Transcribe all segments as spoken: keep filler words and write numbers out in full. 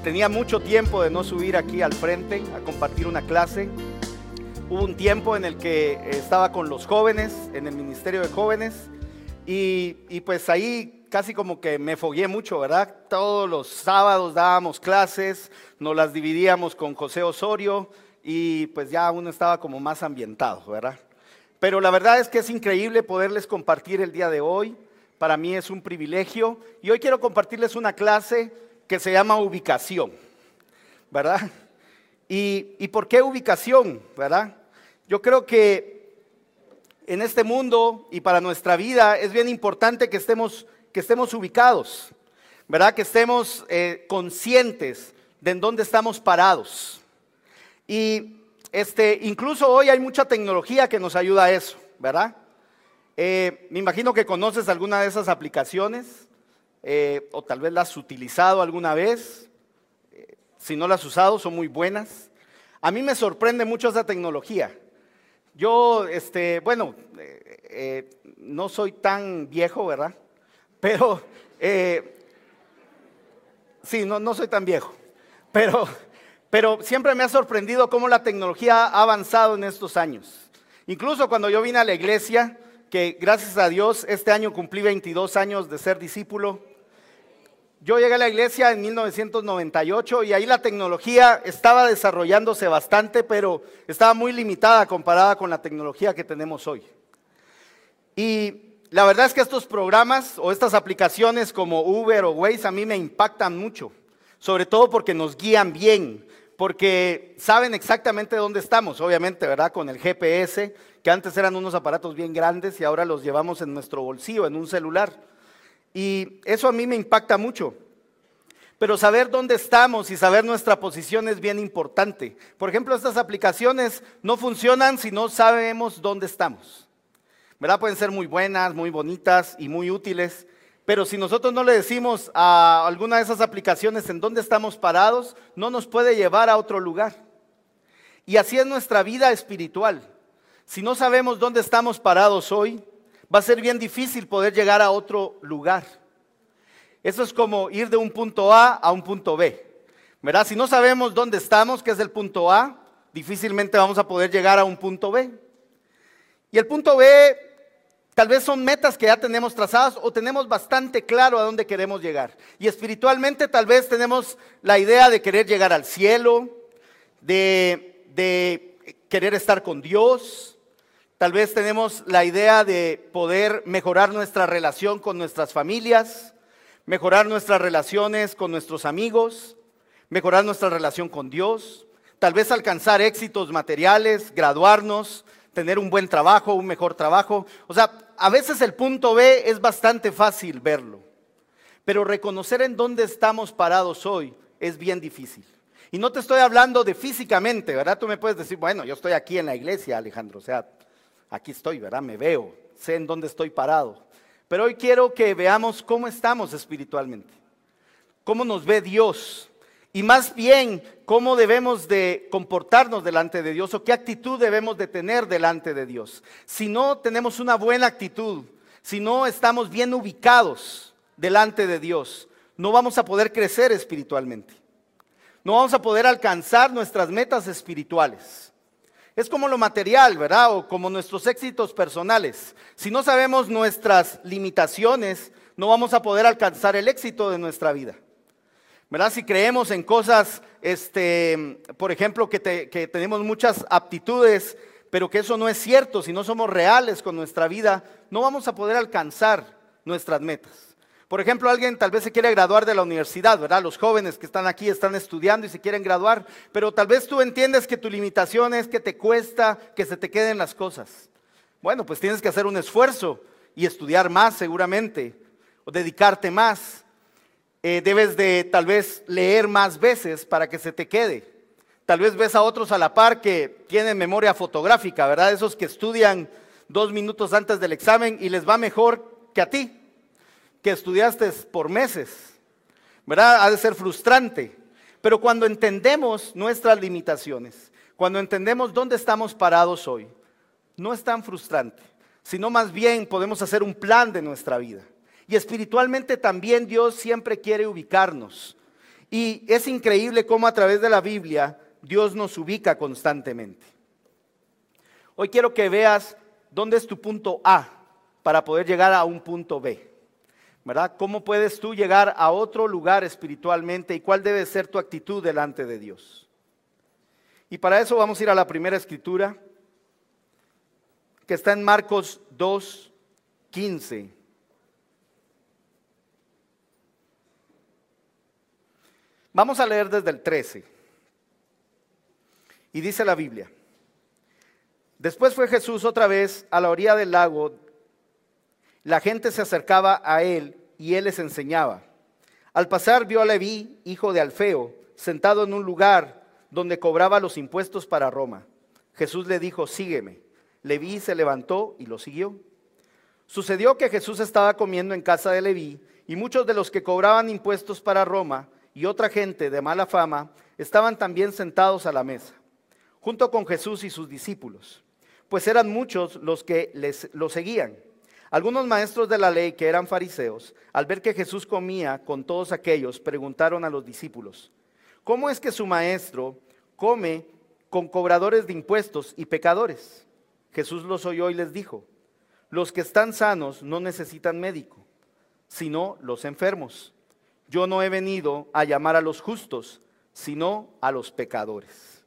tenía mucho tiempo de no subir aquí al frente a compartir una clase. Hubo un tiempo en el que estaba con los jóvenes, en el Ministerio de Jóvenes, y, y pues ahí casi como que me fogueé mucho, ¿verdad? Todos los sábados dábamos clases, nos las dividíamos con José Osorio, y pues ya uno estaba como más ambientado, ¿verdad? Pero la verdad es que es increíble poderles compartir el día de hoy. Para mí es un privilegio, y hoy quiero compartirles una clase que se llama ubicación, ¿verdad? ¿Y, y por qué ubicación, verdad? Yo creo que en este mundo y para nuestra vida es bien importante que estemos, que estemos ubicados, ¿verdad? Que estemos eh, conscientes de en dónde estamos parados. Y este, incluso hoy hay mucha tecnología que nos ayuda a eso, ¿verdad? Eh, me imagino que conoces alguna de esas aplicaciones, eh, o tal vez las has utilizado alguna vez. Eh, si no las has usado, son muy buenas. A mí me sorprende mucho esa tecnología. Yo, este, bueno, eh, eh, no soy tan viejo, ¿verdad? Pero, eh, sí, no, no soy tan viejo, pero, pero siempre me ha sorprendido cómo la tecnología ha avanzado en estos años. Incluso cuando yo vine a la iglesia, que gracias a Dios este año cumplí veintidós años de ser discípulo. Yo llegué a la iglesia en mil novecientos noventa y ocho y ahí la tecnología estaba desarrollándose bastante, pero estaba muy limitada comparada con la tecnología que tenemos hoy. Y la verdad es que estos programas o estas aplicaciones como Uber o Waze a mí me impactan mucho, sobre todo porque nos guían bien, porque saben exactamente dónde estamos, obviamente, ¿verdad? Con el G P S, que antes eran unos aparatos bien grandes y ahora los llevamos en nuestro bolsillo, en un celular. Y eso a mí me impacta mucho. Pero saber dónde estamos y saber nuestra posición es bien importante. Por ejemplo, estas aplicaciones no funcionan si no sabemos dónde estamos, ¿verdad? Pueden ser muy buenas, muy bonitas y muy útiles, pero si nosotros no le decimos a alguna de esas aplicaciones en dónde estamos parados, no nos puede llevar a otro lugar. Y así es nuestra vida espiritual. Si no sabemos dónde estamos parados hoy, va a ser bien difícil poder llegar a otro lugar. Eso es como ir de un punto A a un punto B, ¿verdad? Si no sabemos dónde estamos, que es el punto A, difícilmente vamos a poder llegar a un punto B. Y el punto B tal vez son metas que ya tenemos trazadas o tenemos bastante claro a dónde queremos llegar. Y espiritualmente tal vez tenemos la idea de querer llegar al cielo, de, de querer estar con Dios. Tal vez tenemos la idea de poder mejorar nuestra relación con nuestras familias, mejorar nuestras relaciones con nuestros amigos, mejorar nuestra relación con Dios, tal vez alcanzar éxitos materiales, graduarnos, tener un buen trabajo, un mejor trabajo. O sea, a veces el punto B es bastante fácil verlo, pero reconocer en dónde estamos parados hoy es bien difícil. Y no te estoy hablando de físicamente, ¿verdad? Tú me puedes decir, bueno, yo estoy aquí en la iglesia, Alejandro, o sea, aquí estoy, ¿verdad? Me veo, sé en dónde estoy parado. Pero hoy quiero que veamos cómo estamos espiritualmente, cómo nos ve Dios y más bien cómo debemos de comportarnos delante de Dios o qué actitud debemos de tener delante de Dios. Si no tenemos una buena actitud, si no estamos bien ubicados delante de Dios, no vamos a poder crecer espiritualmente. No vamos a poder alcanzar nuestras metas espirituales. Es como lo material, ¿verdad? O como nuestros éxitos personales. Si no sabemos nuestras limitaciones, no vamos a poder alcanzar el éxito de nuestra vida, ¿verdad? Si creemos en cosas, este, por ejemplo, que, te, que tenemos muchas aptitudes, pero que eso no es cierto, si no somos reales con nuestra vida, no vamos a poder alcanzar nuestras metas. Por ejemplo, alguien tal vez se quiere graduar de la universidad, ¿verdad? Los jóvenes que están aquí están estudiando y se quieren graduar, pero tal vez tú entiendes que tu limitación es que te cuesta que se te queden las cosas. Bueno, pues tienes que hacer un esfuerzo y estudiar más seguramente, o dedicarte más. Eh, debes de tal vez leer más veces para que se te quede. Tal vez ves a otros a la par que tienen memoria fotográfica, ¿verdad? Esos que estudian dos minutos antes del examen y les va mejor que a ti, que estudiaste por meses, ¿verdad? Ha de ser frustrante, pero cuando entendemos nuestras limitaciones, cuando entendemos dónde estamos parados hoy, no es tan frustrante, sino más bien podemos hacer un plan de nuestra vida. Y espiritualmente también Dios siempre quiere ubicarnos Y es increíble cómo a través de la Biblia Dios nos ubica constantemente. Hoy quiero que veas dónde es tu punto A para poder llegar a un punto B, ¿verdad? ¿Cómo puedes tú llegar a otro lugar espiritualmente y cuál debe ser tu actitud delante de Dios? Y para eso vamos a ir a la primera escritura, que está en Marcos dos, quince. Vamos a leer desde el trece. Y dice la Biblia: después fue Jesús otra vez a la orilla del lago. La gente se acercaba a él y él les enseñaba. Al pasar vio a Leví, hijo de Alfeo, sentado en un lugar donde cobraba los impuestos para Roma. Jesús le dijo: sígueme. Leví se levantó y lo siguió. Sucedió que Jesús estaba comiendo en casa de Leví, y muchos de los que cobraban impuestos para Roma y otra gente de mala fama estaban también sentados a la mesa, junto con Jesús y sus discípulos, pues eran muchos los que les, lo seguían. Algunos maestros de la ley que eran fariseos, al ver que Jesús comía con todos aquellos, preguntaron a los discípulos: ¿cómo es que su maestro come con cobradores de impuestos y pecadores? Jesús los oyó y les dijo: los que están sanos no necesitan médico, sino los enfermos. Yo no he venido a llamar a los justos, sino a los pecadores.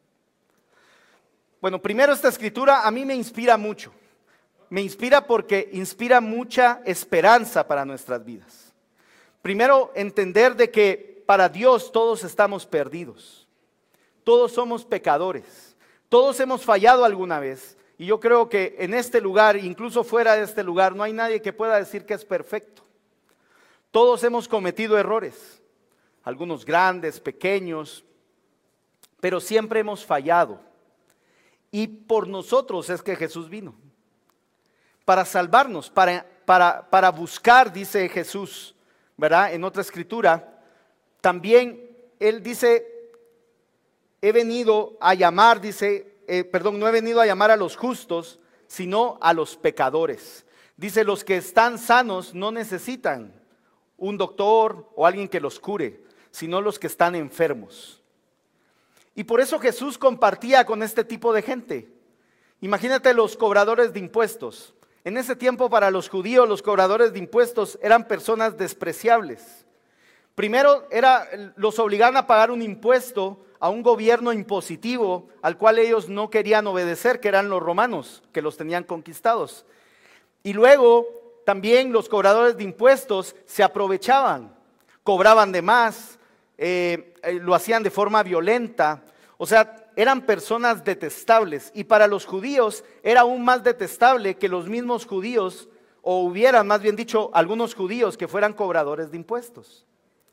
Bueno, primero esta escritura a mí me inspira mucho. Me inspira porque inspira mucha esperanza para nuestras vidas. Primero, entender de que para Dios todos estamos perdidos. Todos somos pecadores. Todos hemos fallado alguna vez. Y yo creo que en este lugar, incluso fuera de este lugar, no hay nadie que pueda decir que es perfecto. Todos hemos cometido errores. Algunos grandes, pequeños, pero siempre hemos fallado. Y por nosotros es que Jesús vino. Para salvarnos, para, para, para buscar, dice Jesús, ¿verdad? En otra escritura, también Él dice, he venido a llamar, dice, eh, perdón, no he venido a llamar a los justos, sino a los pecadores. Dice, los que están sanos no necesitan un doctor o alguien que los cure, sino los que están enfermos. Y por eso Jesús compartía con este tipo de gente. Imagínate los cobradores de impuestos. En ese tiempo para los judíos los cobradores de impuestos eran personas despreciables. Primero era, los obligaban a pagar un impuesto a un gobierno impositivo al cual ellos no querían obedecer, que eran los romanos, que los tenían conquistados. Y luego también los cobradores de impuestos se aprovechaban, cobraban de más, eh, eh, lo hacían de forma violenta. O sea, eran personas detestables, y para los judíos era aún más detestable que los mismos judíos, o hubieran más bien dicho algunos judíos que fueran cobradores de impuestos.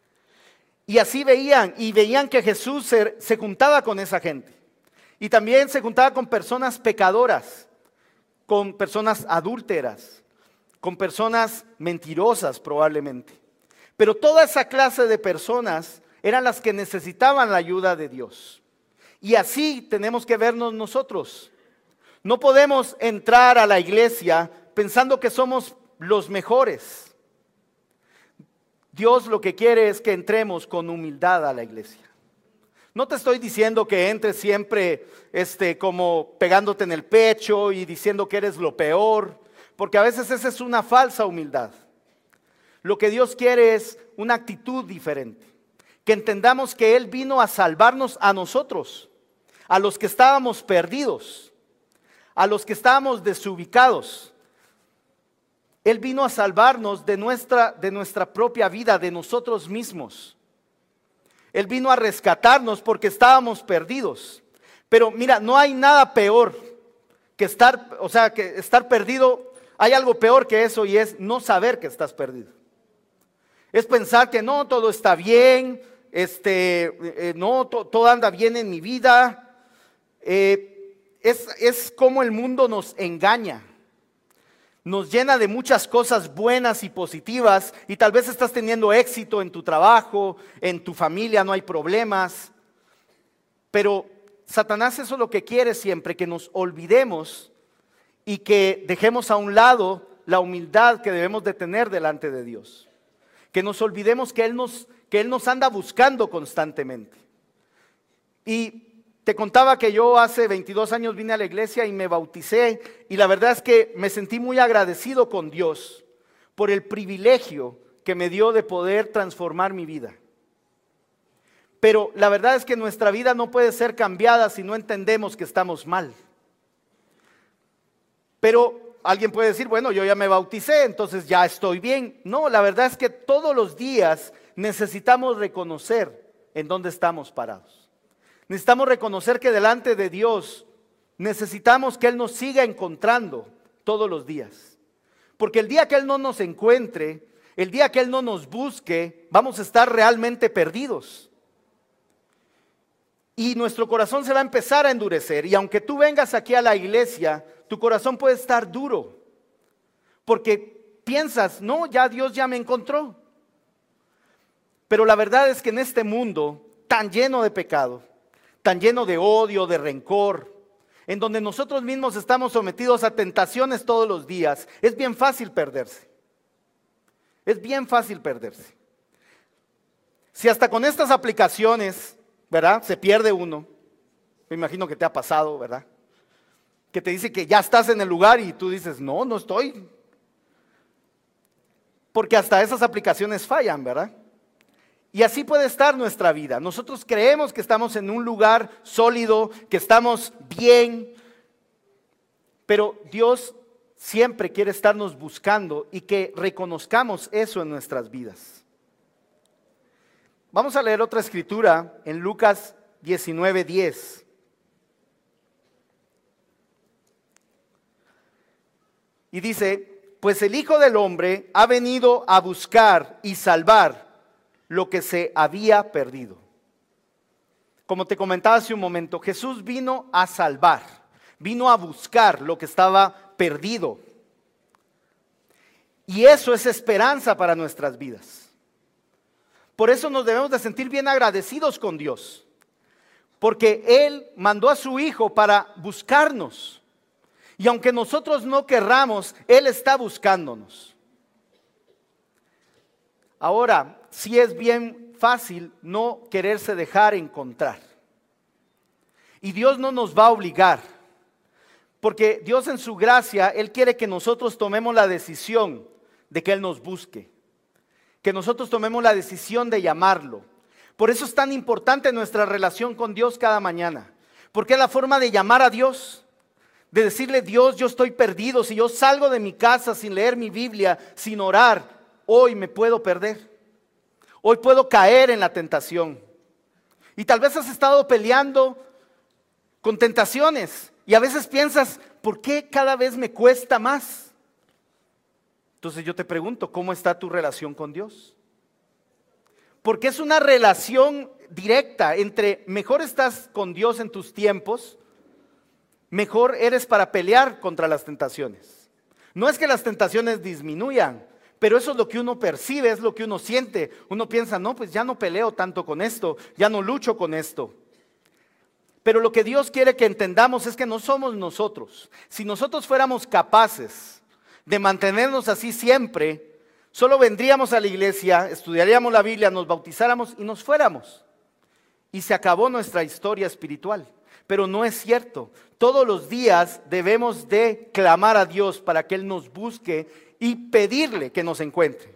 Y así veían, y veían que Jesús se, se juntaba con esa gente, y también se juntaba con personas pecadoras, con personas adúlteras, con personas mentirosas probablemente. Pero toda esa clase de personas eran las que necesitaban la ayuda de Dios. Y así tenemos que vernos nosotros. No podemos entrar a la iglesia pensando que somos los mejores. Dios lo que quiere es que entremos con humildad a la iglesia. No te estoy diciendo que entres siempre este, como pegándote en el pecho y diciendo que eres lo peor, porque a veces esa es una falsa humildad. Lo que Dios quiere es una actitud diferente, que entendamos que Él vino a salvarnos a nosotros, a los que estábamos perdidos, a los que estábamos desubicados. Él vino a salvarnos de nuestra, de nuestra propia vida, de nosotros mismos. Él vino a rescatarnos porque estábamos perdidos. Pero mira, no hay nada peor que estar, o sea, que estar perdido. Hay algo peor que eso, y es no saber que estás perdido. Es pensar que no, todo está bien, este, eh, no, to, todo anda bien en mi vida. Eh, es, es como el mundo nos engaña. Nos llena de muchas cosas buenas y positivas, y tal vez estás teniendo éxito en tu trabajo, en tu familia, no hay problemas. Pero Satanás eso es lo que quiere siempre, que nos olvidemos y que dejemos a un lado la humildad que debemos de tener delante de Dios. Que nos olvidemos que Él nos, que Él nos anda buscando constantemente. Y te contaba que yo hace veintidós años vine a la iglesia y me bauticé, y la verdad es que me sentí muy agradecido con Dios por el privilegio que me dio de poder transformar mi vida. Pero la verdad es que nuestra vida no puede ser cambiada si no entendemos que estamos mal. Pero alguien puede decir, bueno, yo ya me bauticé, entonces ya estoy bien. No, la verdad es que todos los días necesitamos reconocer en dónde estamos parados. Necesitamos reconocer que delante de Dios necesitamos que Él nos siga encontrando todos los días. Porque el día que Él no nos encuentre, el día que Él no nos busque, vamos a estar realmente perdidos. Y nuestro corazón se va a empezar a endurecer. Y aunque tú vengas aquí a la iglesia, tu corazón puede estar duro. Porque piensas, no, ya Dios ya me encontró. Pero la verdad es que en este mundo tan lleno de pecado, tan lleno de odio, de rencor, en donde nosotros mismos estamos sometidos a tentaciones todos los días, es bien fácil perderse. Es bien fácil perderse. Si hasta con estas aplicaciones, ¿verdad?, se pierde uno, me imagino que te ha pasado, ¿verdad?, que te dice que ya estás en el lugar y tú dices, no, no estoy. Porque hasta esas aplicaciones fallan, ¿verdad? Y así puede estar nuestra vida. Nosotros creemos que estamos en un lugar sólido, que estamos bien, pero Dios siempre quiere estarnos buscando y que reconozcamos eso en nuestras vidas. Vamos a leer otra escritura en Lucas diecinueve diez. Y dice, pues el Hijo del Hombre ha venido a buscar y salvar lo que se había perdido. Como te comentaba hace un momento, Jesús vino a salvar, vino a buscar lo que estaba perdido. Y eso es esperanza para nuestras vidas. Por eso nos debemos de sentir bien agradecidos con Dios, porque Él mandó a su Hijo para buscarnos. Y aunque nosotros no querramos, Él está buscándonos. Ahora, sí es bien fácil no quererse dejar encontrar. Y Dios no nos va a obligar, porque Dios en su gracia, Él quiere que nosotros tomemos la decisión de que Él nos busque, que nosotros tomemos la decisión de llamarlo. Por eso es tan importante nuestra relación con Dios cada mañana, porque es la forma de llamar a Dios, de decirle, Dios, yo estoy perdido. Si yo salgo de mi casa sin leer mi Biblia, sin orar, hoy me puedo perder. Hoy puedo caer en la tentación. Y tal vez has estado peleando con tentaciones y a veces piensas, ¿por qué cada vez me cuesta más? Entonces yo te pregunto, ¿cómo está tu relación con Dios? Porque es una relación directa entre mejor estás con Dios en tus tiempos, mejor eres para pelear contra las tentaciones. No es que las tentaciones disminuyan, pero eso es lo que uno percibe, es lo que uno siente. Uno piensa, no, pues ya no peleo tanto con esto, ya no lucho con esto. Pero lo que Dios quiere que entendamos es que no somos nosotros. Si nosotros fuéramos capaces de mantenernos así siempre, solo vendríamos a la iglesia, estudiaríamos la Biblia, nos bautizáramos y nos fuéramos. Y se acabó nuestra historia espiritual. Pero no es cierto. Todos los días debemos de clamar a Dios para que Él nos busque y pedirle que nos encuentre.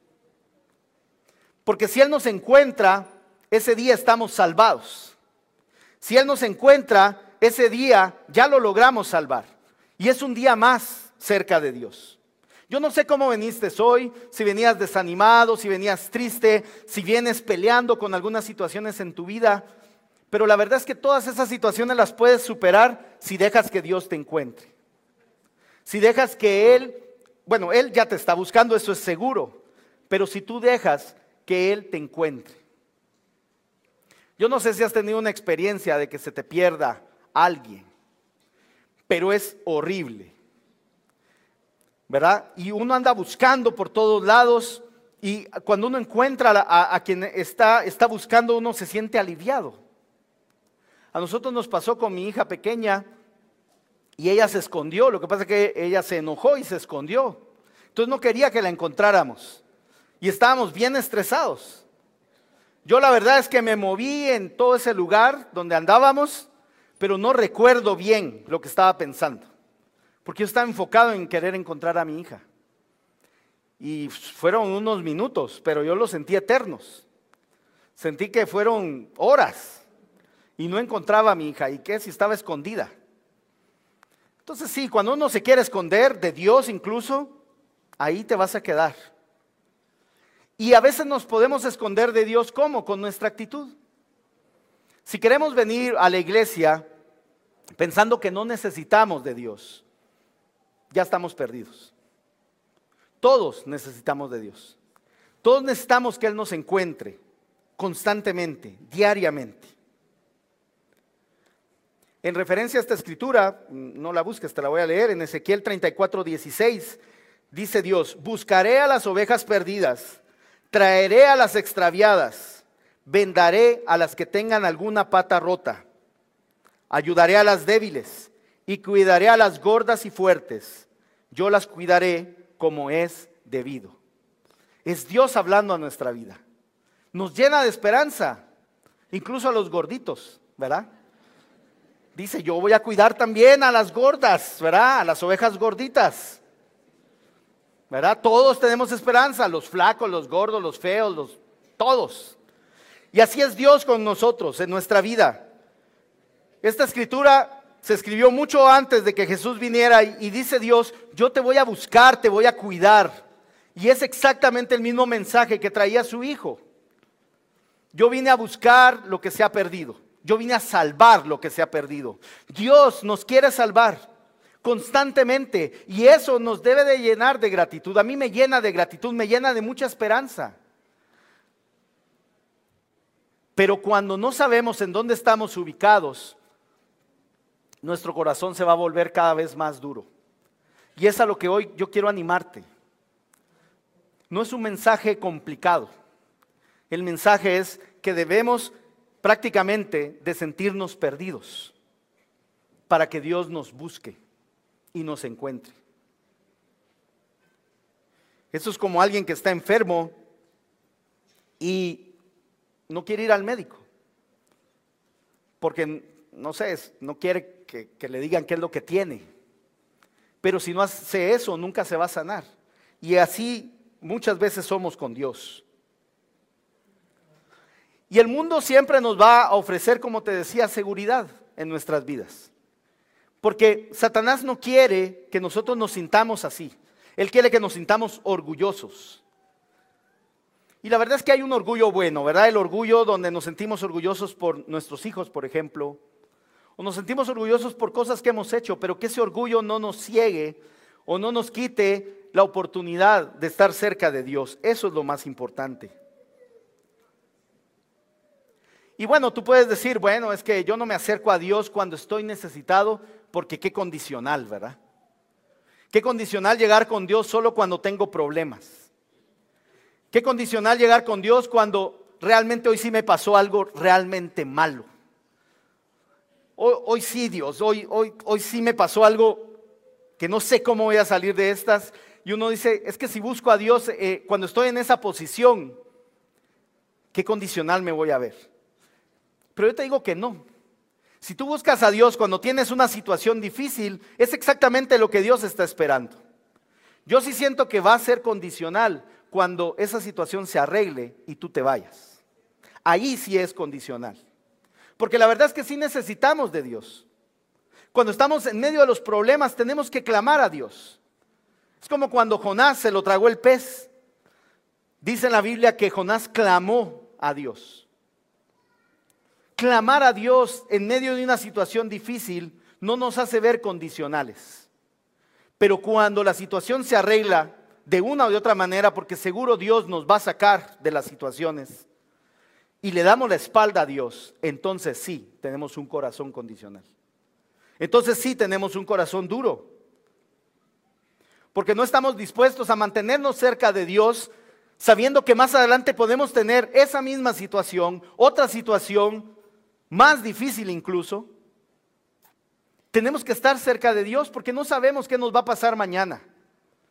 Porque si Él nos encuentra, ese día estamos salvados. Si Él nos encuentra, ese día ya lo logramos salvar. Y es un día más cerca de Dios. Yo no sé cómo viniste hoy, si venías desanimado, si venías triste, si vienes peleando con algunas situaciones en tu vida. Pero la verdad es que todas esas situaciones las puedes superar si dejas que Dios te encuentre. Si dejas que Él, bueno, Él ya te está buscando, eso es seguro. Pero si tú dejas que Él te encuentre. Yo no sé si has tenido una experiencia de que se te pierda alguien, pero es horrible, ¿verdad? Y uno anda buscando por todos lados y cuando uno encuentra a, a, a quien está, está buscando, uno se siente aliviado. A nosotros nos pasó con mi hija pequeña y ella se escondió. Lo que pasa es que ella se enojó y se escondió. Entonces no quería que la encontráramos y estábamos bien estresados. Yo la verdad es que me moví en todo ese lugar donde andábamos, pero no recuerdo bien lo que estaba pensando, porque yo estaba enfocado en querer encontrar a mi hija. Y fueron unos minutos, pero yo los sentí eternos. Sentí que fueron horas y no encontraba a mi hija. ¿Y qué si estaba escondida? Entonces sí, cuando uno se quiere esconder de Dios incluso, ahí te vas a quedar. Y a veces nos podemos esconder de Dios, ¿cómo? Con nuestra actitud. Si queremos venir a la iglesia pensando que no necesitamos de Dios, ya estamos perdidos. Todos necesitamos de Dios. Todos necesitamos que Él nos encuentre constantemente, diariamente. En referencia a esta escritura, no la busques, te la voy a leer, en Ezequiel treinta y cuatro, dieciséis, dice Dios: buscaré a las ovejas perdidas, traeré a las extraviadas, vendaré a las que tengan alguna pata rota, ayudaré a las débiles y cuidaré a las gordas y fuertes. Yo las cuidaré como es debido. Es Dios hablando a nuestra vida. Nos llena de esperanza, incluso a los gorditos, ¿verdad? Dice, yo voy a cuidar también a las gordas, ¿verdad? A las ovejas gorditas, ¿verdad? Todos tenemos esperanza, los flacos, los gordos, los feos, los, todos. Y así es Dios con nosotros en nuestra vida. Esta escritura se escribió mucho antes de que Jesús viniera y, y dice Dios, yo te voy a buscar, te voy a cuidar. Y es exactamente el mismo mensaje que traía su Hijo. Yo vine a buscar lo que se ha perdido. Yo vine a salvar lo que se ha perdido. Dios nos quiere salvar constantemente y eso nos debe de llenar de gratitud. A mí me llena de gratitud, me llena de mucha esperanza. Pero cuando no sabemos en dónde estamos ubicados, nuestro corazón se va a volver cada vez más duro. Y es a lo que hoy yo quiero animarte. No es un mensaje complicado. El mensaje es que debemos prácticamente de sentirnos perdidos para que Dios nos busque y nos encuentre. Eso es como alguien que está enfermo y no quiere ir al médico porque, no sé, no quiere que, que le digan qué es lo que tiene. Pero si no hace eso, nunca se va a sanar. Y así muchas veces somos con Dios. Y el mundo siempre nos va a ofrecer, como te decía, seguridad en nuestras vidas. Porque Satanás no quiere que nosotros nos sintamos así. Él quiere que nos sintamos orgullosos. Y la verdad es que hay un orgullo bueno, ¿verdad? El orgullo donde nos sentimos orgullosos por nuestros hijos, por ejemplo. O nos sentimos orgullosos por cosas que hemos hecho, pero que ese orgullo no nos ciegue o no nos quite la oportunidad de estar cerca de Dios. Eso es lo más importante. Y bueno, tú puedes decir, bueno, es que yo no me acerco a Dios cuando estoy necesitado, porque qué condicional, ¿verdad? Qué condicional llegar con Dios solo cuando tengo problemas. Qué condicional llegar con Dios cuando realmente hoy sí me pasó algo realmente malo. Hoy, hoy sí, Dios, hoy, hoy, hoy sí me pasó algo que no sé cómo voy a salir de estas. Y uno dice, es que si busco a Dios eh, cuando estoy en esa posición, ¿qué condicional me voy a ver? Pero yo te digo que no. Si tú buscas a Dios cuando tienes una situación difícil, es exactamente lo que Dios está esperando. Yo sí siento que va a ser condicional cuando esa situación se arregle y tú te vayas. Ahí sí es condicional. Porque la verdad es que sí necesitamos de Dios. Cuando estamos en medio de los problemas tenemos que clamar a Dios. Es como cuando Jonás se lo tragó el pez. Dice en la Biblia que Jonás clamó a Dios. Clamar a Dios en medio de una situación difícil no nos hace ver condicionales. Pero cuando la situación se arregla de una o de otra manera, porque seguro Dios nos va a sacar de las situaciones, y le damos la espalda a Dios, entonces sí tenemos un corazón condicional. Entonces sí tenemos un corazón duro. Porque no estamos dispuestos a mantenernos cerca de Dios, sabiendo que más adelante podemos tener esa misma situación, otra situación, más difícil incluso. Tenemos que estar cerca de Dios porque no sabemos qué nos va a pasar mañana.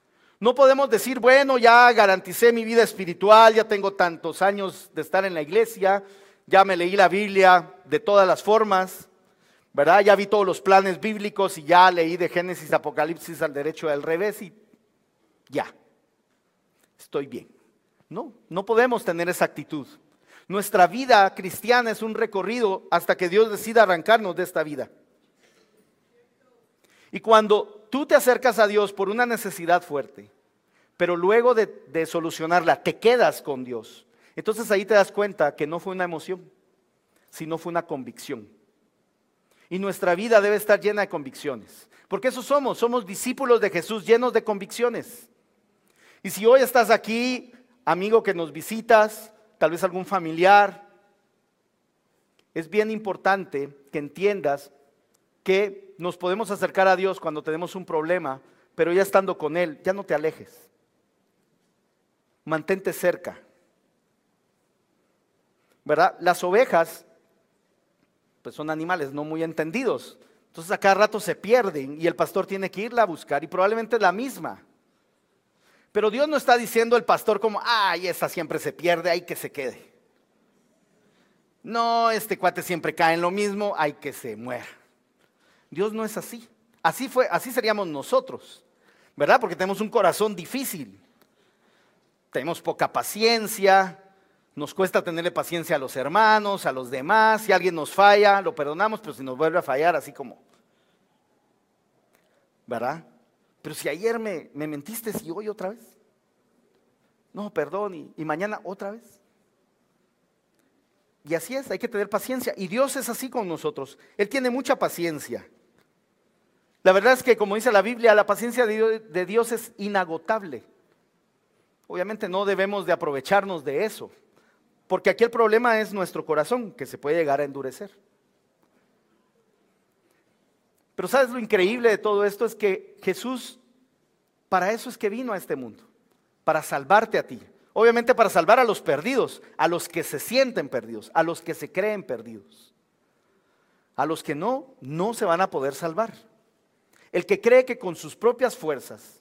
No podemos decir, bueno, ya garanticé mi vida espiritual, ya tengo tantos años de estar en la iglesia, ya me leí la Biblia de todas las formas, ¿verdad? Ya vi todos los planes bíblicos y ya leí de Génesis, Apocalipsis al derecho y al revés y ya, estoy bien. No, no podemos tener esa actitud. Nuestra vida cristiana es un recorrido hasta que Dios decida arrancarnos de esta vida. Y cuando tú te acercas a Dios por una necesidad fuerte, pero luego de, de solucionarla te quedas con Dios, entonces ahí te das cuenta que no fue una emoción, sino fue una convicción. Y nuestra vida debe estar llena de convicciones, porque eso somos, somos discípulos de Jesús llenos de convicciones. Y si hoy estás aquí, amigo que nos visitas, tal vez algún familiar, es bien importante que entiendas que nos podemos acercar a Dios cuando tenemos un problema, pero ya estando con Él, ya no te alejes. Mantente cerca. ¿Verdad? Las ovejas, pues son animales no muy entendidos. Entonces a cada rato se pierden y el pastor tiene que irla a buscar y probablemente es la misma. Pero Dios no está diciendo el pastor como, ay, esa siempre se pierde, hay que se quede. No, este cuate siempre cae en lo mismo, hay que se muera. Dios no es así. Así fue, así seríamos nosotros, ¿verdad? Porque tenemos un corazón difícil. Tenemos poca paciencia, nos cuesta tenerle paciencia a los hermanos, a los demás. Si alguien nos falla, lo perdonamos, pero si nos vuelve a fallar, así como, ¿verdad? Pero si ayer me, me mentiste, si hoy otra vez. No, perdón, y, y mañana otra vez. Y así es, hay que tener paciencia. Y Dios es así con nosotros. Él tiene mucha paciencia. La verdad es que, como dice la Biblia, la paciencia de Dios, de Dios es inagotable. Obviamente no debemos de aprovecharnos de eso, porque aquí el problema es nuestro corazón, que se puede llegar a endurecer. Pero ¿sabes lo increíble de todo esto? Es que Jesús, para eso es que vino a este mundo, para salvarte a ti. Obviamente para salvar a los perdidos, a los que se sienten perdidos, a los que se creen perdidos. A los que no, no se van a poder salvar. El que cree que con sus propias fuerzas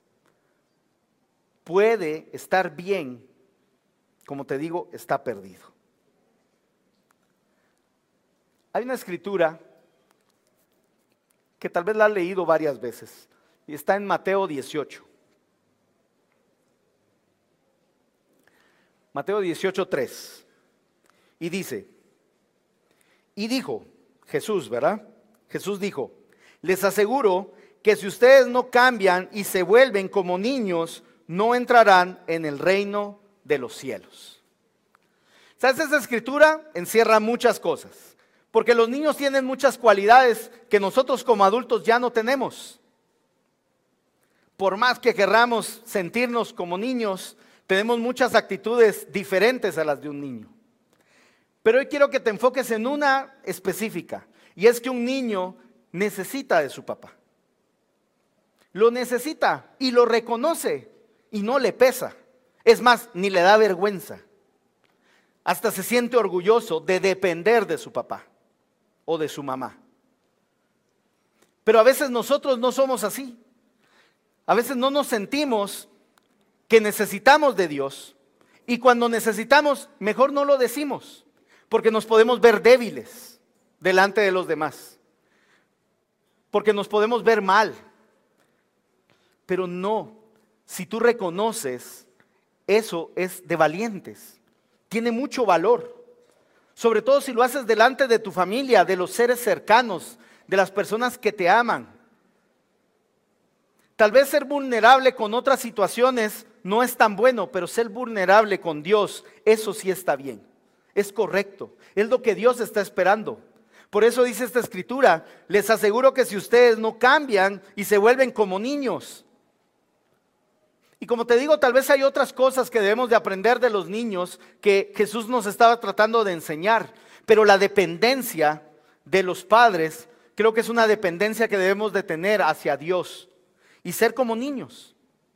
puede estar bien, como te digo, está perdido. Hay una escritura que tal vez la has leído varias veces y está en Mateo dieciocho. Mateo dieciocho, tres. Y dice, y dijo, Jesús, ¿verdad? Jesús dijo, les aseguro que si ustedes no cambian y se vuelven como niños, no entrarán en el reino de los cielos. ¿Sabes? Esa escritura encierra muchas cosas, porque los niños tienen muchas cualidades que nosotros como adultos ya no tenemos. Por más que querramos sentirnos como niños, tenemos muchas actitudes diferentes a las de un niño. Pero hoy quiero que te enfoques en una específica, y es que un niño necesita de su papá. Lo necesita y lo reconoce y no le pesa. Es más, ni le da vergüenza. Hasta se siente orgulloso de depender de su papá o de su mamá. Pero a veces nosotros no somos así. A veces no nos sentimos que necesitamos de Dios y cuando necesitamos, mejor no lo decimos, porque nos podemos ver débiles delante de los demás, porque nos podemos ver mal. Pero no, si tú reconoces, eso es de valientes, tiene mucho valor, sobre todo si lo haces delante de tu familia, de los seres cercanos, de las personas que te aman. Tal vez ser vulnerable con otras situaciones no es tan bueno, pero ser vulnerable con Dios, eso sí está bien, es correcto, es lo que Dios está esperando. Por eso dice esta escritura, les aseguro que si ustedes no cambian y se vuelven como niños. Y como te digo, tal vez hay otras cosas que debemos de aprender de los niños que Jesús nos estaba tratando de enseñar, pero la dependencia de los padres creo que es una dependencia que debemos de tener hacia Dios y ser como niños.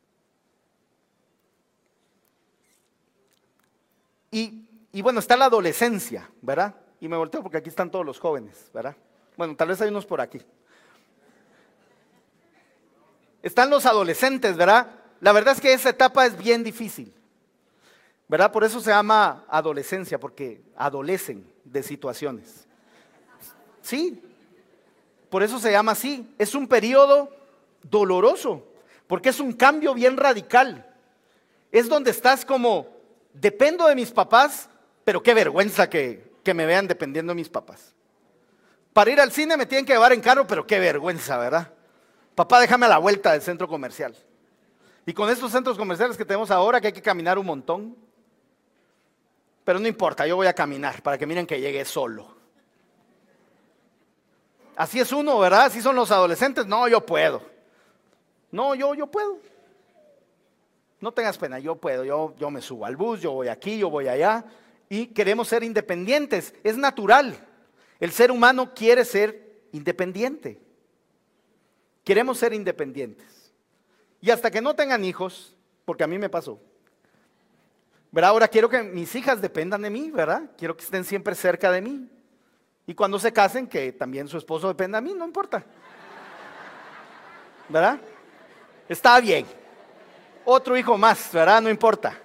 Y, y bueno, está la adolescencia, ¿verdad? Y me volteo porque aquí están todos los jóvenes, ¿verdad? Bueno, tal vez hay unos por aquí. Están los adolescentes, ¿verdad? La verdad es que esa etapa es bien difícil, ¿verdad? Por eso se llama adolescencia, porque adolecen de situaciones. Sí, por eso se llama así. Es un periodo doloroso, porque es un cambio bien radical. Es donde estás como, dependo de mis papás, pero qué vergüenza que, que me vean dependiendo de mis papás. Para ir al cine me tienen que llevar en carro, pero qué vergüenza, ¿verdad? Papá, déjame a la vuelta del centro comercial. Y con estos centros comerciales que tenemos ahora, que hay que caminar un montón. Pero no importa, yo voy a caminar para que miren que llegué solo. Así es uno, ¿verdad? Así son los adolescentes. No, yo puedo. No, yo, yo puedo. No tengas pena, yo puedo. Yo, yo me subo al bus, yo voy aquí, yo voy allá. Y queremos ser independientes. Es natural. El ser humano quiere ser independiente. Queremos ser independientes. Y hasta que no tengan hijos, porque a mí me pasó, ¿verdad? Ahora quiero que mis hijas dependan de mí, ¿verdad? Quiero que estén siempre cerca de mí. Y cuando se casen, que también su esposo dependa de mí, no importa. ¿Verdad? Está bien. Otro hijo más, ¿verdad? No importa.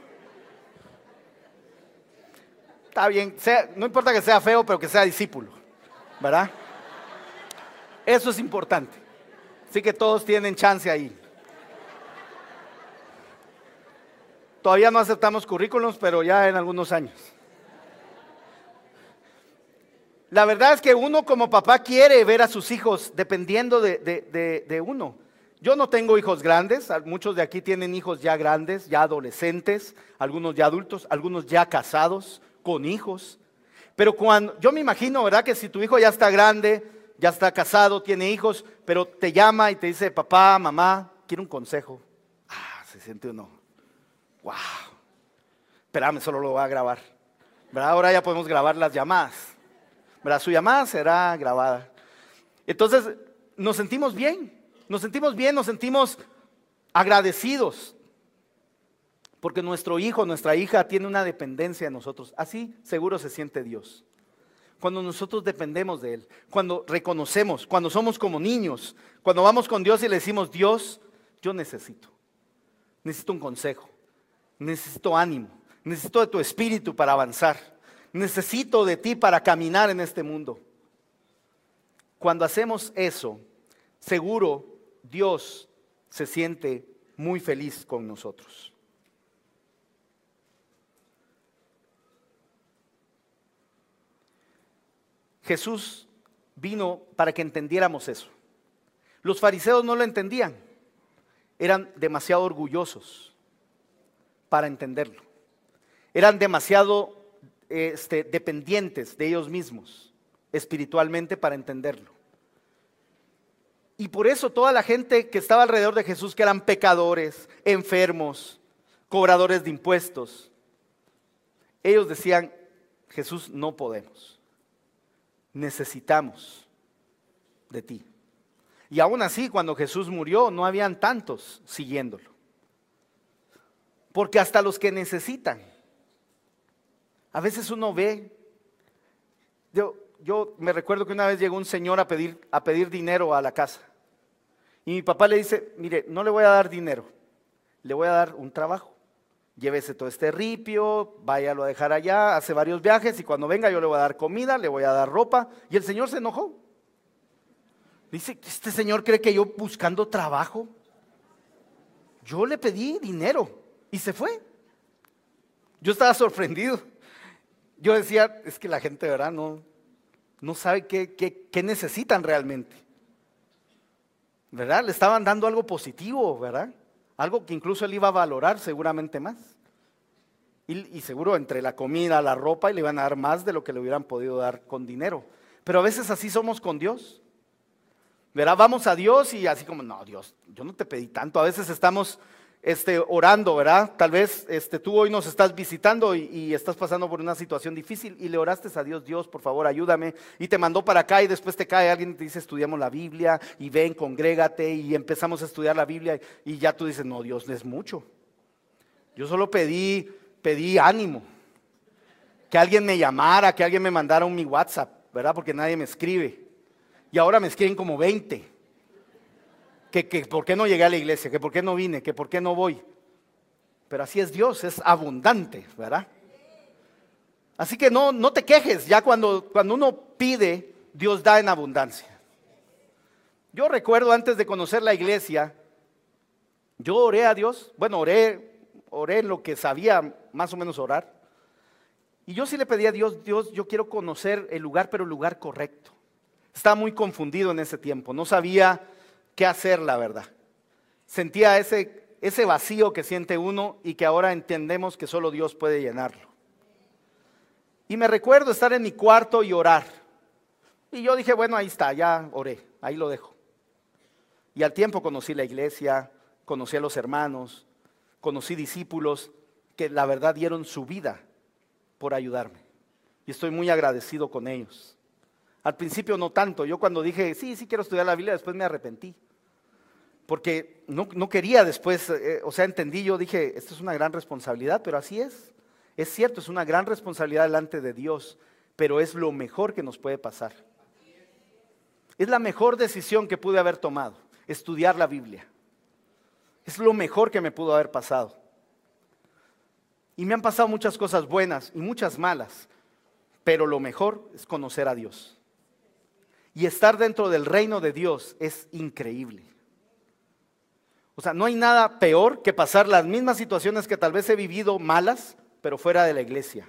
Está bien, sea, no importa que sea feo, pero que sea discípulo, ¿verdad? Eso es importante. Así que todos tienen chance ahí. Todavía no aceptamos currículums, pero ya en algunos años. La verdad es que uno como papá quiere ver a sus hijos dependiendo de, de, de, de uno. Yo no tengo hijos grandes, muchos de aquí tienen hijos ya grandes, ya adolescentes, algunos ya adultos, algunos ya casados, con hijos. Pero cuando, yo me imagino, ¿verdad? Que si tu hijo ya está grande, ya está casado, tiene hijos, pero te llama y te dice, papá, mamá, quiero un consejo. Ah, se siente uno, wow, espérame, solo lo voy a grabar. ¿Verdad? Ahora ya podemos grabar las llamadas. ¿Verdad? Su llamada será grabada. Entonces, nos sentimos bien, nos sentimos bien, nos sentimos agradecidos. Porque nuestro hijo, nuestra hija tiene una dependencia de nosotros. Así seguro se siente Dios. Cuando nosotros dependemos de Él, cuando reconocemos, cuando somos como niños, cuando vamos con Dios y le decimos, Dios, yo necesito, necesito un consejo, necesito ánimo, necesito de tu espíritu para avanzar, necesito de ti para caminar en este mundo. Cuando hacemos eso, seguro Dios se siente muy feliz con nosotros. Jesús vino para que entendiéramos eso. Los fariseos no lo entendían, eran demasiado orgullosos para entenderlo. Eran demasiado este, dependientes de ellos mismos espiritualmente para entenderlo. Y por eso toda la gente que estaba alrededor de Jesús, que eran pecadores, enfermos, cobradores de impuestos, ellos decían, Jesús, no podemos. Necesitamos de ti. Y aún así, cuando Jesús murió, no habían tantos siguiéndolo. Porque hasta los que necesitan, a veces uno ve, yo, yo me recuerdo que una vez llegó un señor a pedir, a pedir dinero a la casa. Y mi papá le dice, mire, no le voy a dar dinero, le voy a dar un trabajo. Llévese todo este ripio, váyalo a dejar allá, hace varios viajes y cuando venga yo le voy a dar comida, le voy a dar ropa. Y el señor se enojó. Dice, ¿este señor cree que yo buscando trabajo? Yo le pedí dinero y se fue. Yo estaba sorprendido. Yo decía, es que la gente, ¿verdad? No, no sabe qué, qué, qué necesitan realmente. ¿Verdad? Le estaban dando algo positivo, ¿verdad? Algo que incluso él iba a valorar seguramente más. Y, y seguro entre la comida, la ropa, y le iban a dar más de lo que le hubieran podido dar con dinero. Pero a veces así somos con Dios. ¿Verdad? Vamos a Dios y así como, no, Dios, yo no te pedí tanto. A veces estamos este, orando, ¿verdad? Tal vez este, tú hoy nos estás visitando y, y estás pasando por una situación difícil y le oraste a Dios, Dios, por favor, ayúdame. Y te mandó para acá y después te cae alguien y te dice, estudiamos la Biblia y ven, congrégate y empezamos a estudiar la Biblia y ya tú dices, no, Dios, es mucho. Yo solo pedí, pedí ánimo. Que alguien me llamara, que alguien me mandara un mi WhatsApp, ¿verdad? Porque nadie me escribe. Y ahora me escriben como veinte. que, que por qué no llegué a la iglesia, que por qué no vine, que por qué no voy. Pero así es Dios, es abundante, ¿verdad? Así que no, no te quejes, ya cuando, cuando uno pide, Dios da en abundancia. Yo recuerdo antes de conocer la iglesia, yo oré a Dios, bueno, oré, oré en lo que sabía más o menos orar. Y yo sí le pedí a Dios, Dios, yo quiero conocer el lugar, pero el lugar correcto. Estaba muy confundido en ese tiempo, no sabía qué hacer, la verdad. Sentía ese, ese vacío que siente uno y que ahora entendemos que solo Dios puede llenarlo. Y me recuerdo estar en mi cuarto y orar. Y yo dije, bueno, ahí está, ya oré, ahí lo dejo. Y al tiempo conocí la iglesia, conocí a los hermanos, conocí discípulos que la verdad dieron su vida por ayudarme. Y estoy muy agradecido con ellos. Al principio no tanto, yo cuando dije, sí, sí quiero estudiar la Biblia, después me arrepentí. Porque no, no quería después, eh, o sea, entendí, yo dije, esto es una gran responsabilidad, pero así es. Es cierto, es una gran responsabilidad delante de Dios, pero es lo mejor que nos puede pasar. Es la mejor decisión que pude haber tomado, estudiar la Biblia. Es lo mejor que me pudo haber pasado. Y me han pasado muchas cosas buenas y muchas malas, pero lo mejor es conocer a Dios. Y estar dentro del reino de Dios es increíble. O sea, no hay nada peor que pasar las mismas situaciones que tal vez he vivido malas, pero fuera de la iglesia.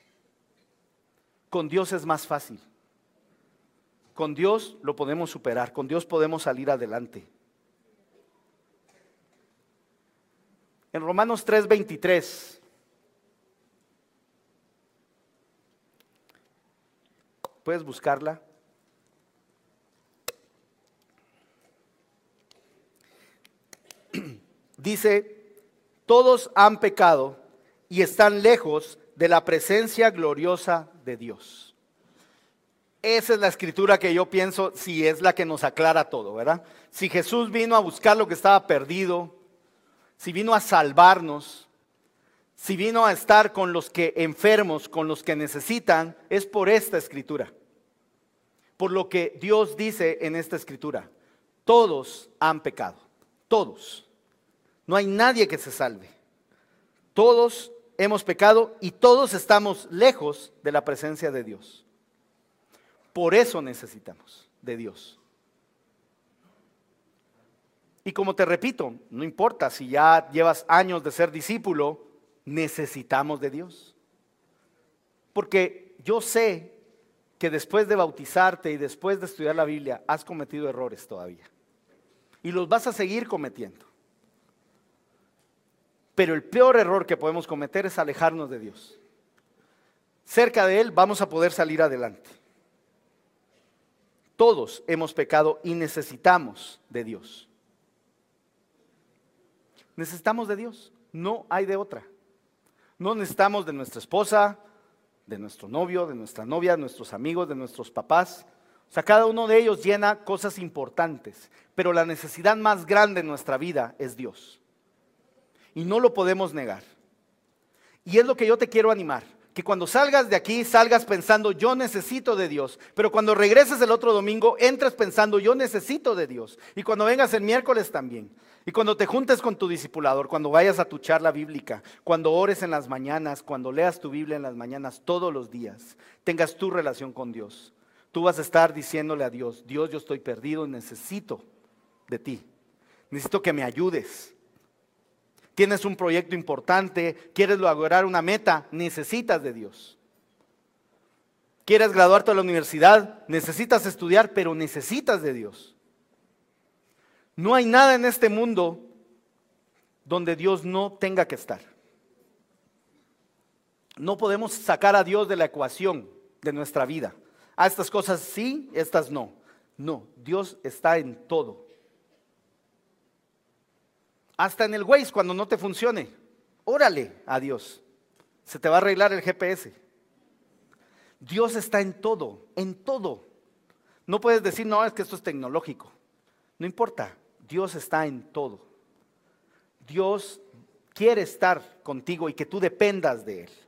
Con Dios es más fácil. Con Dios lo podemos superar, con Dios podemos salir adelante. En Romanos tres veintitrés, ¿puedes buscarla? Dice, todos han pecado y están lejos de la presencia gloriosa de Dios. Esa es la escritura que yo pienso, si es la que nos aclara todo, ¿verdad? Si Jesús vino a buscar lo que estaba perdido, si vino a salvarnos, si vino a estar con los que enfermos, con los que necesitan, es por esta escritura. Por lo que Dios dice en esta escritura, todos han pecado, todos. No hay nadie que se salve. Todos hemos pecado y todos estamos lejos de la presencia de Dios. Por eso necesitamos de Dios. Y como te repito, no importa si ya llevas años de ser discípulo, necesitamos de Dios. Porque yo sé que después de bautizarte y después de estudiar la Biblia, has cometido errores todavía. Y los vas a seguir cometiendo. Pero el peor error que podemos cometer es alejarnos de Dios. Cerca de Él vamos a poder salir adelante. Todos hemos pecado y necesitamos de Dios. Necesitamos de Dios, no hay de otra. No necesitamos de nuestra esposa, de nuestro novio, de nuestra novia, de nuestros amigos, de nuestros papás. O sea, cada uno de ellos llena cosas importantes, pero la necesidad más grande en nuestra vida es Dios. Y no lo podemos negar. Y es lo que yo te quiero animar, que cuando salgas de aquí, salgas pensando, yo necesito de Dios. Pero cuando regreses el otro domingo, entres pensando, yo necesito de Dios. Y cuando vengas el miércoles también. Y cuando te juntes con tu discipulador, cuando vayas a tu charla bíblica, cuando ores en las mañanas, cuando leas tu Biblia en las mañanas, todos los días, tengas tu relación con Dios. Tú vas a estar diciéndole a Dios, Dios, yo estoy perdido y necesito de ti. Necesito que me ayudes. Tienes un proyecto importante, quieres lograr una meta, necesitas de Dios. Quieres graduarte de la universidad, necesitas estudiar, pero necesitas de Dios. No hay nada en este mundo donde Dios no tenga que estar. No podemos sacar a Dios de la ecuación de nuestra vida. A estas cosas sí, estas no. No, Dios está en todo. Hasta en el Waze cuando no te funcione, órale a Dios. Se te va a arreglar el G P S. Dios está en todo, en todo. No puedes decir, no, es que esto es tecnológico. No importa, Dios está en todo. Dios quiere estar contigo y que tú dependas de Él.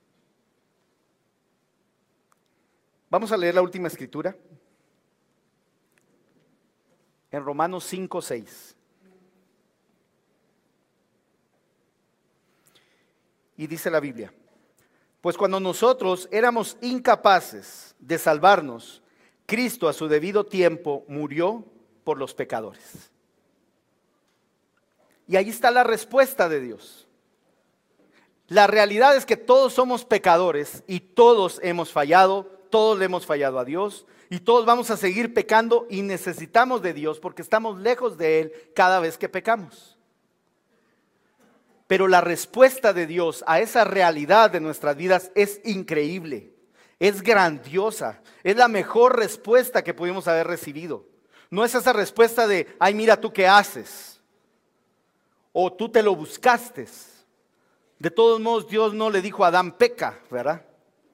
Vamos a leer la última escritura. en Romanos cinco, seis. Y dice la Biblia: pues cuando nosotros éramos incapaces de salvarnos, Cristo a su debido tiempo murió por los pecadores. Y ahí está la respuesta de Dios. La realidad es que todos somos pecadores y todos hemos fallado, todos le hemos fallado a Dios y todos vamos a seguir pecando y necesitamos de Dios porque estamos lejos de Él cada vez que pecamos. Pero la respuesta de Dios a esa realidad de nuestras vidas es increíble, es grandiosa, es la mejor respuesta que pudimos haber recibido. No es esa respuesta de, ay, mira tú qué haces, o tú te lo buscaste. De todos modos, Dios no le dijo a Adán peca, ¿verdad?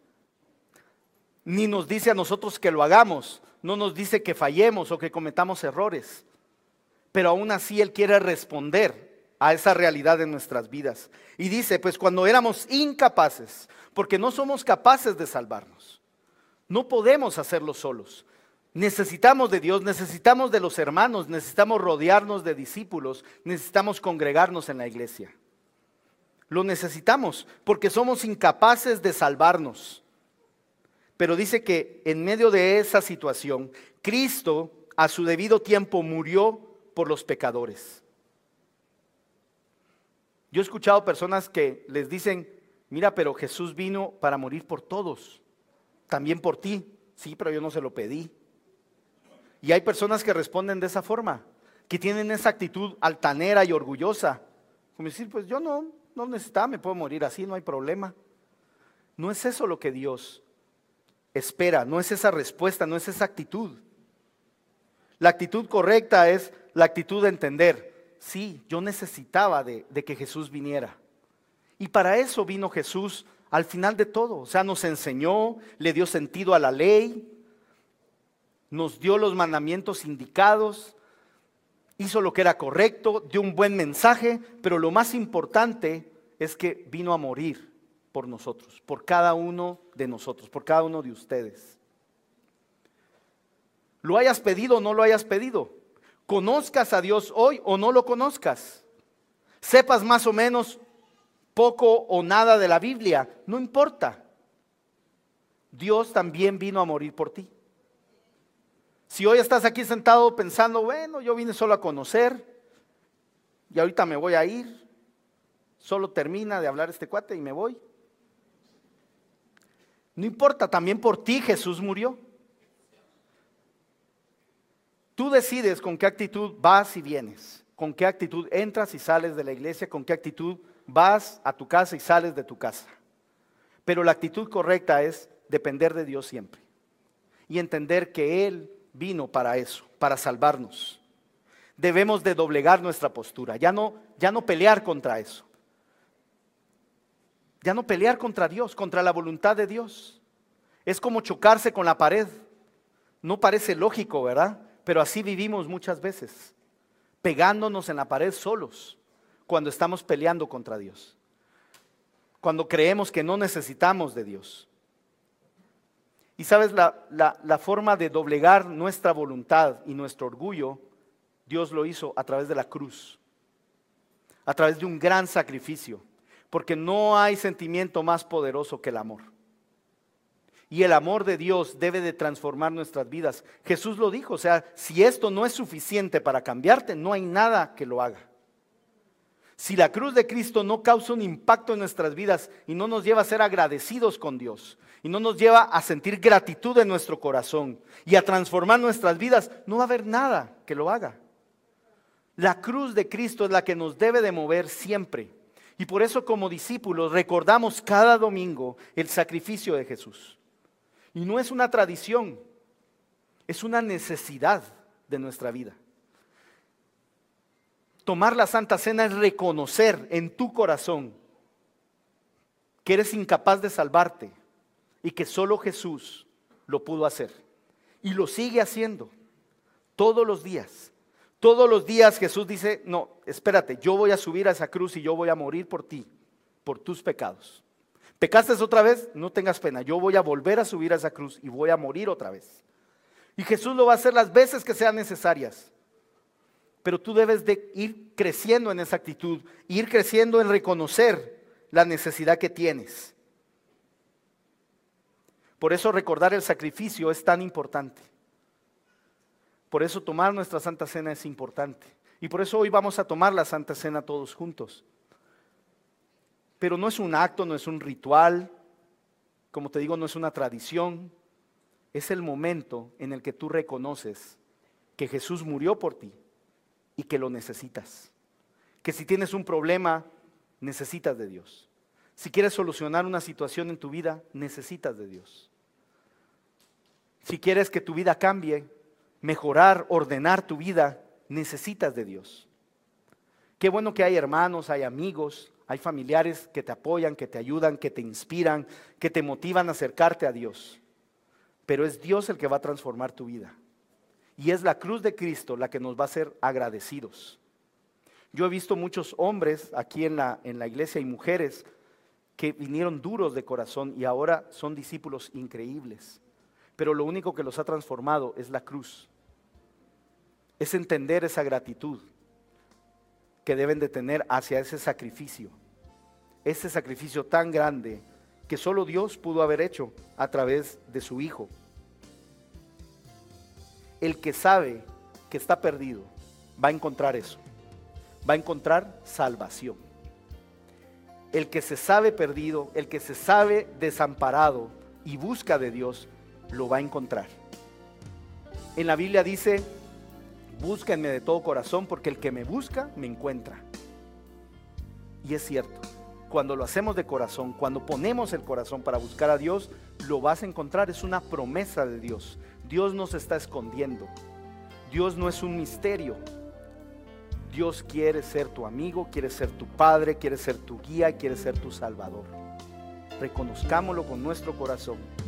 Ni nos dice a nosotros que lo hagamos, no nos dice que fallemos o que cometamos errores. Pero aún así Él quiere responder a esa realidad en nuestras vidas. Y dice, pues cuando éramos incapaces, porque no somos capaces de salvarnos, no podemos hacerlo solos. Necesitamos de Dios, necesitamos de los hermanos, necesitamos rodearnos de discípulos, necesitamos congregarnos en la iglesia. Lo necesitamos porque somos incapaces de salvarnos. Pero dice que en medio de esa situación, Cristo a su debido tiempo murió por los pecadores. Yo he escuchado personas que les dicen, mira, pero Jesús vino para morir por todos, también por ti. Sí, pero yo no se lo pedí. Y hay personas que responden de esa forma, que tienen esa actitud altanera y orgullosa. Como decir, pues yo no, no necesitaba, me puedo morir así, no hay problema. No es eso lo que Dios espera, no es esa respuesta, no es esa actitud. La actitud correcta es la actitud de entender, sí, yo necesitaba de, de que Jesús viniera. Y para eso vino Jesús al final de todo. O sea, nos enseñó, le dio sentido a la ley, nos dio los mandamientos indicados, hizo lo que era correcto, dio un buen mensaje, pero lo más importante es que vino a morir por nosotros, por cada uno de nosotros, por cada uno de ustedes. Lo hayas pedido o no lo hayas pedido, conozcas a Dios hoy o no lo conozcas, sepas más o menos poco o nada de la Biblia, no importa. Dios también vino a morir por ti. Si hoy estás aquí sentado pensando, bueno, yo vine solo a conocer y ahorita me voy a ir, solo termina de hablar este cuate y me voy. No importa, también por ti Jesús murió. Tú decides con qué actitud vas y vienes, con qué actitud entras y sales de la iglesia, con qué actitud vas a tu casa y sales de tu casa. Pero la actitud correcta es depender de Dios siempre y entender que Él vino para eso, para salvarnos. Debemos de doblegar nuestra postura, ya no, ya no pelear contra eso. Ya no pelear contra Dios, contra la voluntad de Dios. Es como chocarse con la pared. No parece lógico, ¿verdad? Pero así vivimos muchas veces, pegándonos en la pared solos, cuando estamos peleando contra Dios. Cuando creemos que no necesitamos de Dios. Y sabes, la, la, la forma de doblegar nuestra voluntad y nuestro orgullo, Dios lo hizo a través de la cruz, a través de un gran sacrificio, porque no hay sentimiento más poderoso que el amor. Y el amor de Dios debe de transformar nuestras vidas. Jesús lo dijo, o sea, si esto no es suficiente para cambiarte, no hay nada que lo haga. Si la cruz de Cristo no causa un impacto en nuestras vidas y no nos lleva a ser agradecidos con Dios y no nos lleva a sentir gratitud en nuestro corazón y a transformar nuestras vidas, no va a haber nada que lo haga. La cruz de Cristo es la que nos debe de mover siempre. Y por eso como discípulos recordamos cada domingo el sacrificio de Jesús. Y no es una tradición, es una necesidad de nuestra vida. Tomar la Santa Cena es reconocer en tu corazón que eres incapaz de salvarte y que solo Jesús lo pudo hacer. Y lo sigue haciendo todos los días. Todos los días Jesús dice, no, espérate, yo voy a subir a esa cruz y yo voy a morir por ti, por tus pecados. ¿Pecaste otra vez? No tengas pena, yo voy a volver a subir a esa cruz y voy a morir otra vez. Y Jesús lo va a hacer las veces que sean necesarias. pero tú debes de ir creciendo en esa actitud, ir creciendo en reconocer la necesidad que tienes. Por eso recordar el sacrificio es tan importante. Por eso tomar nuestra Santa Cena es importante. Y por eso hoy vamos a tomar la Santa Cena todos juntos. Pero no es un acto, no es un ritual, como te digo, no es una tradición. Es el momento en el que tú reconoces que Jesús murió por ti y que lo necesitas. Que si tienes un problema, necesitas de Dios. Si quieres solucionar una situación en tu vida, necesitas de Dios. Si quieres que tu vida cambie, mejorar, ordenar tu vida, necesitas de Dios. Qué bueno que hay hermanos, hay amigos, hay familiares que te apoyan, que te ayudan, que te inspiran, que te motivan a acercarte a Dios. Pero es Dios el que va a transformar tu vida. Y es la cruz de Cristo la que nos va a hacer agradecidos. Yo he visto muchos hombres aquí en la, en la iglesia y mujeres que vinieron duros de corazón y ahora son discípulos increíbles. Pero lo único que los ha transformado es la cruz. Es entender esa gratitud que deben de tener hacia ese sacrificio. Ese sacrificio tan grande que solo Dios pudo haber hecho a través de su Hijo. El que sabe que está perdido va a encontrar eso. Va a encontrar salvación. El que se sabe perdido, el que se sabe desamparado y busca de Dios, lo va a encontrar. En la Biblia dice: búsquenme de todo corazón, porque el que me busca, me encuentra. Y es cierto, cuando lo hacemos de corazón, cuando ponemos el corazón para buscar a Dios, lo vas a encontrar. Es una promesa de Dios. Dios no se está escondiendo. Dios no es un misterio. Dios quiere ser tu amigo, quiere ser tu padre, quiere ser tu guía, quiere ser tu salvador. Reconozcámoslo con nuestro corazón.